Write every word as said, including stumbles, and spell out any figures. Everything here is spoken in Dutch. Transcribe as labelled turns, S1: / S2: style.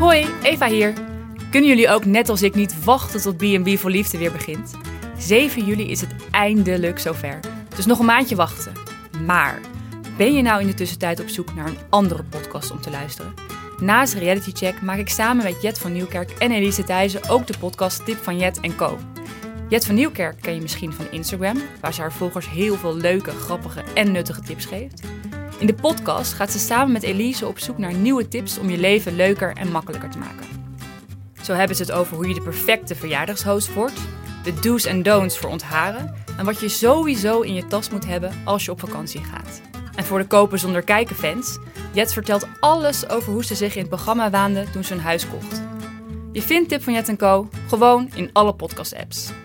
S1: Hoi, Eva hier. Kunnen jullie ook net als ik niet wachten tot B en B voor Liefde weer begint? zeven juli is het eindelijk zover. Dus nog een maandje wachten. Maar ben je nou in de tussentijd op zoek naar een andere podcast om te luisteren? Naast Reality Check maak ik samen met Jet van Nieuwkerk en Elise Thijssen ook de podcast Tip van Jet en Co. Jet van Nieuwkerk ken je misschien van Instagram, waar ze haar volgers heel veel leuke, grappige en nuttige tips geeft. In de podcast gaat ze samen met Elise op zoek naar nieuwe tips om je leven leuker en makkelijker te maken. Zo hebben ze het over hoe je de perfecte verjaardagshost wordt, de do's en don'ts voor ontharen en wat je sowieso in je tas moet hebben als je op vakantie gaat. En voor de kopen zonder kijken fans, Jet vertelt alles over hoe ze zich in het programma waande toen ze een huis kocht. Je vindt Tip van Jet en Co. gewoon in alle podcast-apps.